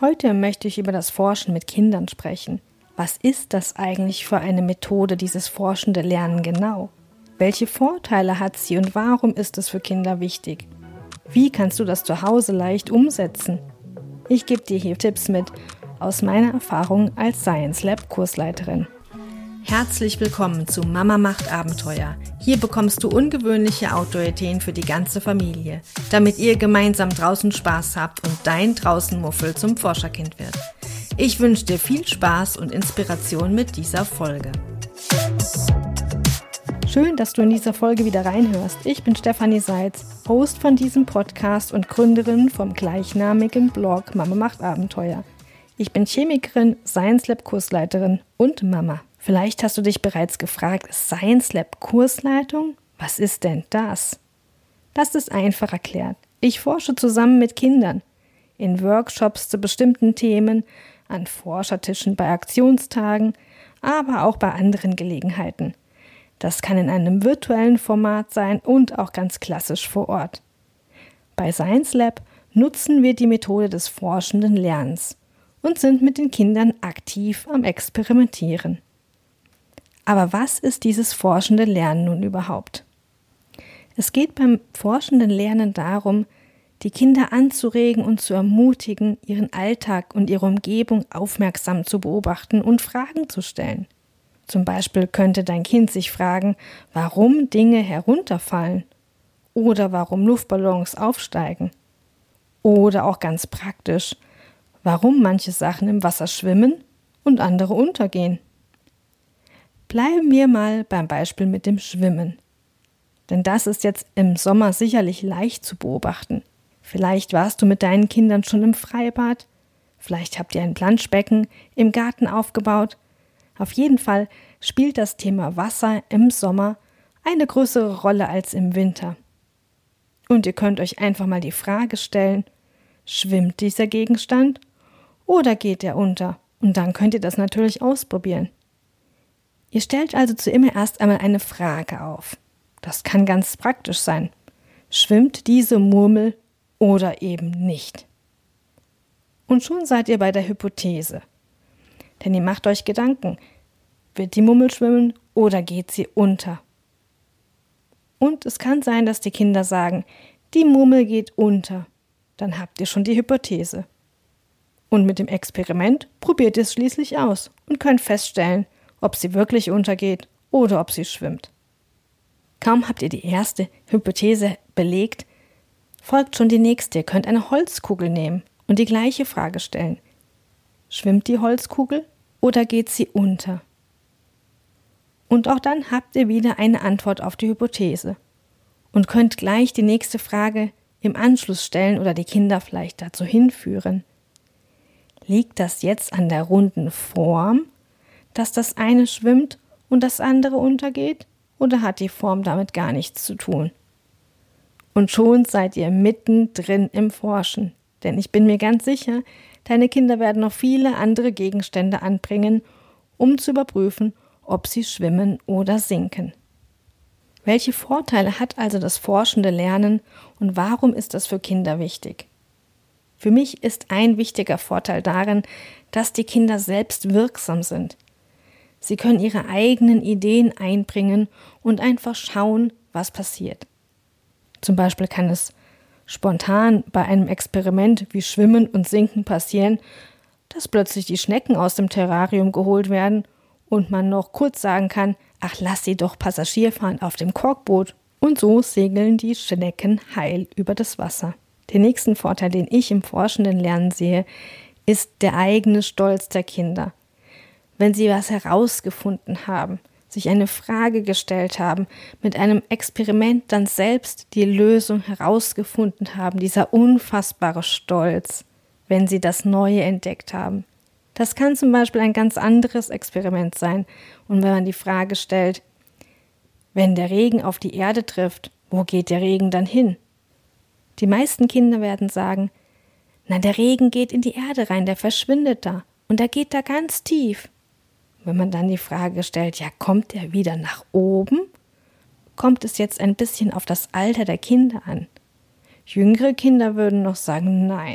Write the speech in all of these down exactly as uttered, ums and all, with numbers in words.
Heute möchte ich über das Forschen mit Kindern sprechen. Was ist das eigentlich für eine Methode, dieses forschende Lernen genau? Welche Vorteile hat sie und warum ist es für Kinder wichtig? Wie kannst du das zu Hause leicht umsetzen? Ich gebe dir hier Tipps mit aus meiner Erfahrung als Science Lab Kursleiterin. Herzlich willkommen zu Mama macht Abenteuer. Hier bekommst du ungewöhnliche Outdoor-Ideen für die ganze Familie, damit ihr gemeinsam draußen Spaß habt und dein Draußenmuffel zum Forscherkind wird. Ich wünsche dir viel Spaß und Inspiration mit dieser Folge. Schön, dass du in dieser Folge wieder reinhörst. Ich bin Stefanie Seitz, Host von diesem Podcast und Gründerin vom gleichnamigen Blog Mama macht Abenteuer. Ich bin Chemikerin, Science Lab Kursleiterin und Mama. Vielleicht hast du dich bereits gefragt, Science Lab Kursleitung? Was ist denn das? Das ist einfach erklärt. Ich forsche zusammen mit Kindern in Workshops zu bestimmten Themen, an Forschertischen bei Aktionstagen, aber auch bei anderen Gelegenheiten. Das kann in einem virtuellen Format sein und auch ganz klassisch vor Ort. Bei Science Lab nutzen wir die Methode des forschenden Lernens und sind mit den Kindern aktiv am Experimentieren. Aber was ist dieses forschende Lernen nun überhaupt? Es geht beim forschenden Lernen darum, die Kinder anzuregen und zu ermutigen, ihren Alltag und ihre Umgebung aufmerksam zu beobachten und Fragen zu stellen. Zum Beispiel könnte dein Kind sich fragen, warum Dinge herunterfallen oder warum Luftballons aufsteigen. Oder auch ganz praktisch, warum manche Sachen im Wasser schwimmen und andere untergehen. Bleiben wir mal beim Beispiel mit dem Schwimmen. Denn das ist jetzt im Sommer sicherlich leicht zu beobachten. Vielleicht warst du mit deinen Kindern schon im Freibad, vielleicht habt ihr ein Planschbecken im Garten aufgebaut. Auf jeden Fall spielt das Thema Wasser im Sommer eine größere Rolle als im Winter. Und ihr könnt euch einfach mal die Frage stellen, schwimmt dieser Gegenstand oder geht er unter? Und dann könnt ihr das natürlich ausprobieren. Ihr stellt also zuerst einmal eine Frage auf. Das kann ganz praktisch sein. Schwimmt diese Murmel oder eben nicht? Und schon seid ihr bei der Hypothese. Denn ihr macht euch Gedanken. Wird die Murmel schwimmen oder geht sie unter? Und es kann sein, dass die Kinder sagen, die Murmel geht unter. Dann habt ihr schon die Hypothese. Und mit dem Experiment probiert ihr es schließlich aus und könnt feststellen, ob sie wirklich untergeht oder ob sie schwimmt. Kaum habt ihr die erste Hypothese belegt, folgt schon die nächste. Ihr könnt eine Holzkugel nehmen und die gleiche Frage stellen. Schwimmt die Holzkugel oder geht sie unter? Und auch dann habt ihr wieder eine Antwort auf die Hypothese und könnt gleich die nächste Frage im Anschluss stellen oder die Kinder vielleicht dazu hinführen. Liegt das jetzt an der runden Form, dass das eine schwimmt und das andere untergeht, oder hat die Form damit gar nichts zu tun? Und schon seid ihr mittendrin im Forschen, denn ich bin mir ganz sicher, deine Kinder werden noch viele andere Gegenstände anbringen, um zu überprüfen, ob sie schwimmen oder sinken. Welche Vorteile hat also das forschende Lernen und warum ist das für Kinder wichtig? Für mich ist ein wichtiger Vorteil darin, dass die Kinder selbst wirksam sind. Sie können ihre eigenen Ideen einbringen und einfach schauen, was passiert. Zum Beispiel kann es spontan bei einem Experiment wie Schwimmen und Sinken passieren, dass plötzlich die Schnecken aus dem Terrarium geholt werden und man noch kurz sagen kann, ach, lass sie doch Passagier fahren auf dem Korkboot. Und so segeln die Schnecken heil über das Wasser. Den nächsten Vorteil, den ich im forschenden Lernen sehe, ist der eigene Stolz der Kinder. Wenn sie was herausgefunden haben, sich eine Frage gestellt haben, mit einem Experiment dann selbst die Lösung herausgefunden haben, dieser unfassbare Stolz, wenn sie das Neue entdeckt haben. Das kann zum Beispiel ein ganz anderes Experiment sein. Und wenn man die Frage stellt, wenn der Regen auf die Erde trifft, wo geht der Regen dann hin? Die meisten Kinder werden sagen, na, der Regen geht in die Erde rein, der verschwindet da und der geht da ganz tief. Wenn man dann die Frage stellt, ja, kommt er wieder nach oben? Kommt es jetzt ein bisschen auf das Alter der Kinder an? Jüngere Kinder würden noch sagen, nein,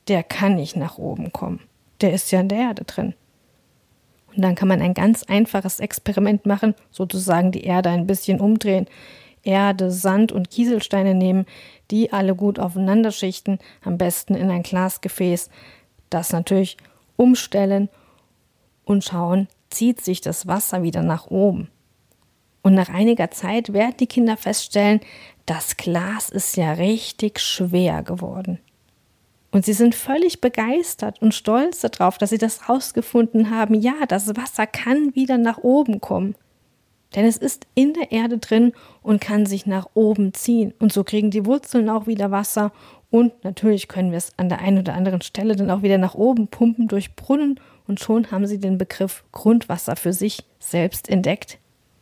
der kann nicht nach oben kommen. Der ist ja in der Erde drin. Und dann kann man ein ganz einfaches Experiment machen, sozusagen die Erde ein bisschen umdrehen. Erde, Sand und Kieselsteine nehmen, die alle gut aufeinander schichten, am besten in ein Glasgefäß. Das natürlich umstellen und schauen, zieht sich das Wasser wieder nach oben. Und nach einiger Zeit werden die Kinder feststellen, das Glas ist ja richtig schwer geworden. Und sie sind völlig begeistert und stolz darauf, dass sie das rausgefunden haben. Ja, das Wasser kann wieder nach oben kommen. Denn es ist in der Erde drin und kann sich nach oben ziehen. Und so kriegen die Wurzeln auch wieder Wasser. Und natürlich können wir es an der einen oder anderen Stelle dann auch wieder nach oben pumpen durch Brunnen. Und schon haben sie den Begriff Grundwasser für sich selbst entdeckt.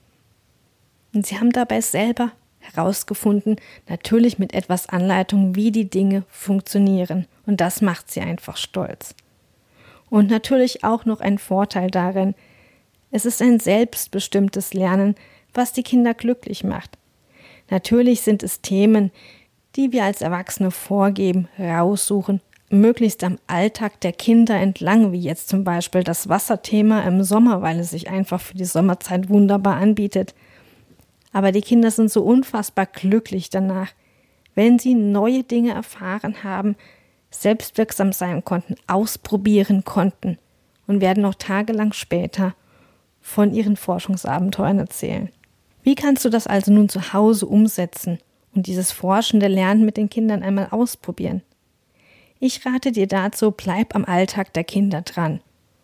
Und sie haben dabei selber herausgefunden, natürlich mit etwas Anleitung, wie die Dinge funktionieren. Und das macht sie einfach stolz. Und natürlich auch noch ein Vorteil darin, es ist ein selbstbestimmtes Lernen, was die Kinder glücklich macht. Natürlich sind es Themen, die wir als Erwachsene vorgeben, raussuchen, möglichst am Alltag der Kinder entlang, wie jetzt zum Beispiel das Wasserthema im Sommer, weil es sich einfach für die Sommerzeit wunderbar anbietet. Aber die Kinder sind so unfassbar glücklich danach, wenn sie neue Dinge erfahren haben, selbstwirksam sein konnten, ausprobieren konnten und werden noch tagelang später von ihren Forschungsabenteuern erzählen. Wie kannst du das also nun zu Hause umsetzen und dieses forschende Lernen mit den Kindern einmal ausprobieren? Ich rate dir dazu, bleib am Alltag der Kinder dran.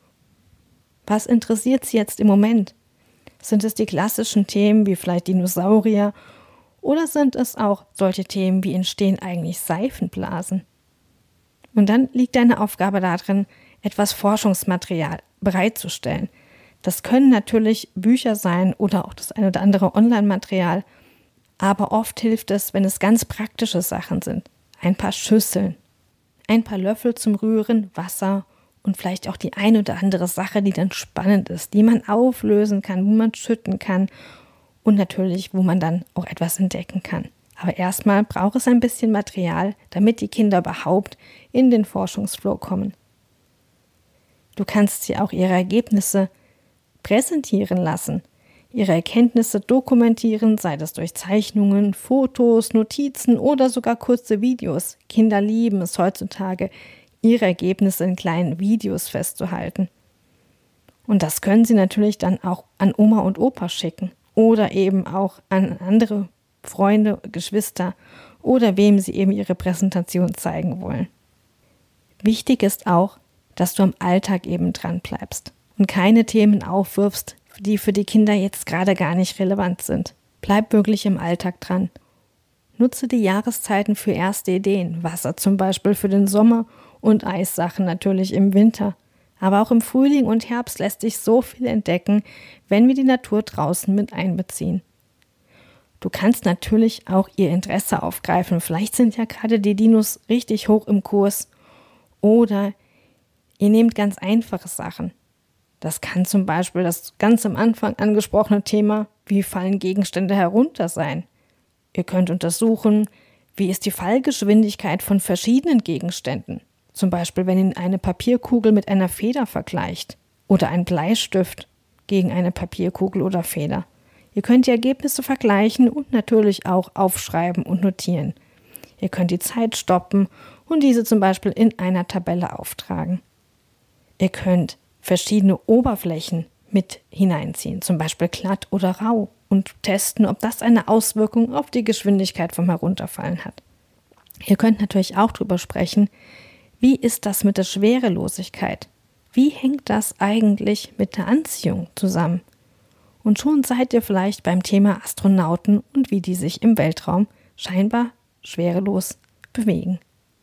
Was interessiert sie jetzt im Moment? Sind es die klassischen Themen wie vielleicht Dinosaurier oder sind es auch solche Themen wie entstehen eigentlich Seifenblasen? Und dann liegt deine Aufgabe darin, etwas Forschungsmaterial bereitzustellen. Das können natürlich Bücher sein oder auch das ein oder andere Online-Material, aber oft hilft es, wenn es ganz praktische Sachen sind. Ein paar Schüsseln, ein paar Löffel zum Rühren, Wasser und vielleicht auch die ein oder andere Sache, die dann spannend ist, die man auflösen kann, wo man schütten kann und natürlich, wo man dann auch etwas entdecken kann. Aber erstmal braucht es ein bisschen Material, damit die Kinder überhaupt in den Forschungsflow kommen. Du kannst sie auch ihre Ergebnisse präsentieren lassen, ihre Erkenntnisse dokumentieren, sei das durch Zeichnungen, Fotos, Notizen oder sogar kurze Videos. Kinder lieben es heutzutage, ihre Ergebnisse in kleinen Videos festzuhalten. Und das können sie natürlich dann auch an Oma und Opa schicken oder eben auch an andere Freunde, Geschwister oder wem sie eben ihre Präsentation zeigen wollen. Wichtig ist auch, dass du am Alltag eben dran bleibst und keine Themen aufwirfst, die für die Kinder jetzt gerade gar nicht relevant sind. Bleib wirklich im Alltag dran. Nutze die Jahreszeiten für erste Ideen, Wasser zum Beispiel für den Sommer und Eissachen natürlich im Winter. Aber auch im Frühling und Herbst lässt sich so viel entdecken, wenn wir die Natur draußen mit einbeziehen. Du kannst natürlich auch ihr Interesse aufgreifen. Vielleicht sind ja gerade die Dinos richtig hoch im Kurs. Oder ihr nehmt ganz einfache Sachen. Das kann zum Beispiel das ganz am Anfang angesprochene Thema, wie fallen Gegenstände herunter sein. Ihr könnt untersuchen, wie ist die Fallgeschwindigkeit von verschiedenen Gegenständen. Zum Beispiel, wenn ihr eine Papierkugel mit einer Feder vergleicht oder einen Bleistift gegen eine Papierkugel oder Feder. Ihr könnt die Ergebnisse vergleichen und natürlich auch aufschreiben und notieren. Ihr könnt die Zeit stoppen und diese zum Beispiel in einer Tabelle auftragen. Ihr könnt verschiedene Oberflächen mit hineinziehen, zum Beispiel glatt oder rau, und testen, ob das eine Auswirkung auf die Geschwindigkeit vom Herunterfallen hat. Ihr könnt natürlich auch darüber sprechen, wie ist das mit der Schwerelosigkeit? Wie hängt das eigentlich mit der Anziehung zusammen? Und schon seid ihr vielleicht beim Thema Astronauten und wie die sich im Weltraum scheinbar schwerelos bewegen.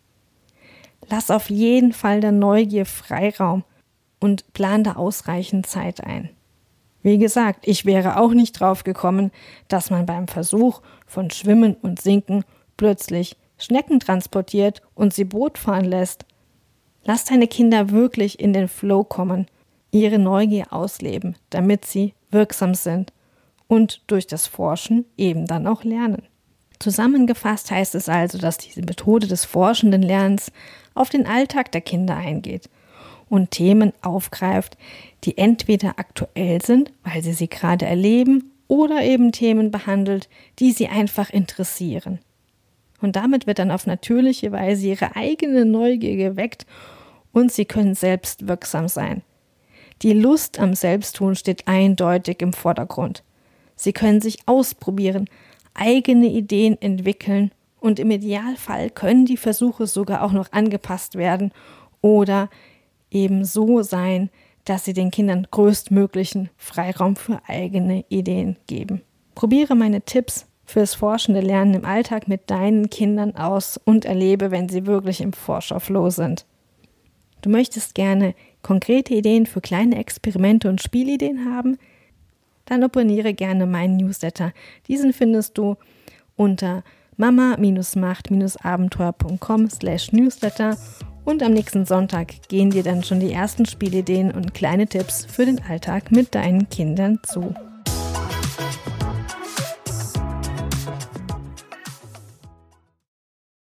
Lass auf jeden Fall der Neugier Freiraum und plan da ausreichend Zeit ein. Wie gesagt, ich wäre auch nicht drauf gekommen, dass man beim Versuch von Schwimmen und Sinken plötzlich Schnecken transportiert und sie Boot fahren lässt. Lass deine Kinder wirklich in den Flow kommen, ihre Neugier ausleben, damit sie wirksam sind und durch das Forschen eben dann auch lernen. Zusammengefasst heißt es also, dass diese Methode des forschenden Lernens auf den Alltag der Kinder eingeht und Themen aufgreift, die entweder aktuell sind, weil sie sie gerade erleben, oder eben Themen behandelt, die sie einfach interessieren. Und damit wird dann auf natürliche Weise ihre eigene Neugier geweckt und sie können selbst wirksam sein. Die Lust am Selbsttun steht eindeutig im Vordergrund. Sie können sich ausprobieren, eigene Ideen entwickeln und im Idealfall können die Versuche sogar auch noch angepasst werden oder eben so sein, dass sie den Kindern größtmöglichen Freiraum für eigene Ideen geben. Probiere meine Tipps fürs forschende Lernen im Alltag mit deinen Kindern aus und erlebe, wenn sie wirklich im Forscherflow sind. Du möchtest gerne konkrete Ideen für kleine Experimente und Spielideen haben? Dann abonniere gerne meinen Newsletter. Diesen findest du unter mama-macht-abenteuer punkt com slash newsletter und am nächsten Sonntag gehen dir dann schon die ersten Spielideen und kleine Tipps für den Alltag mit deinen Kindern zu.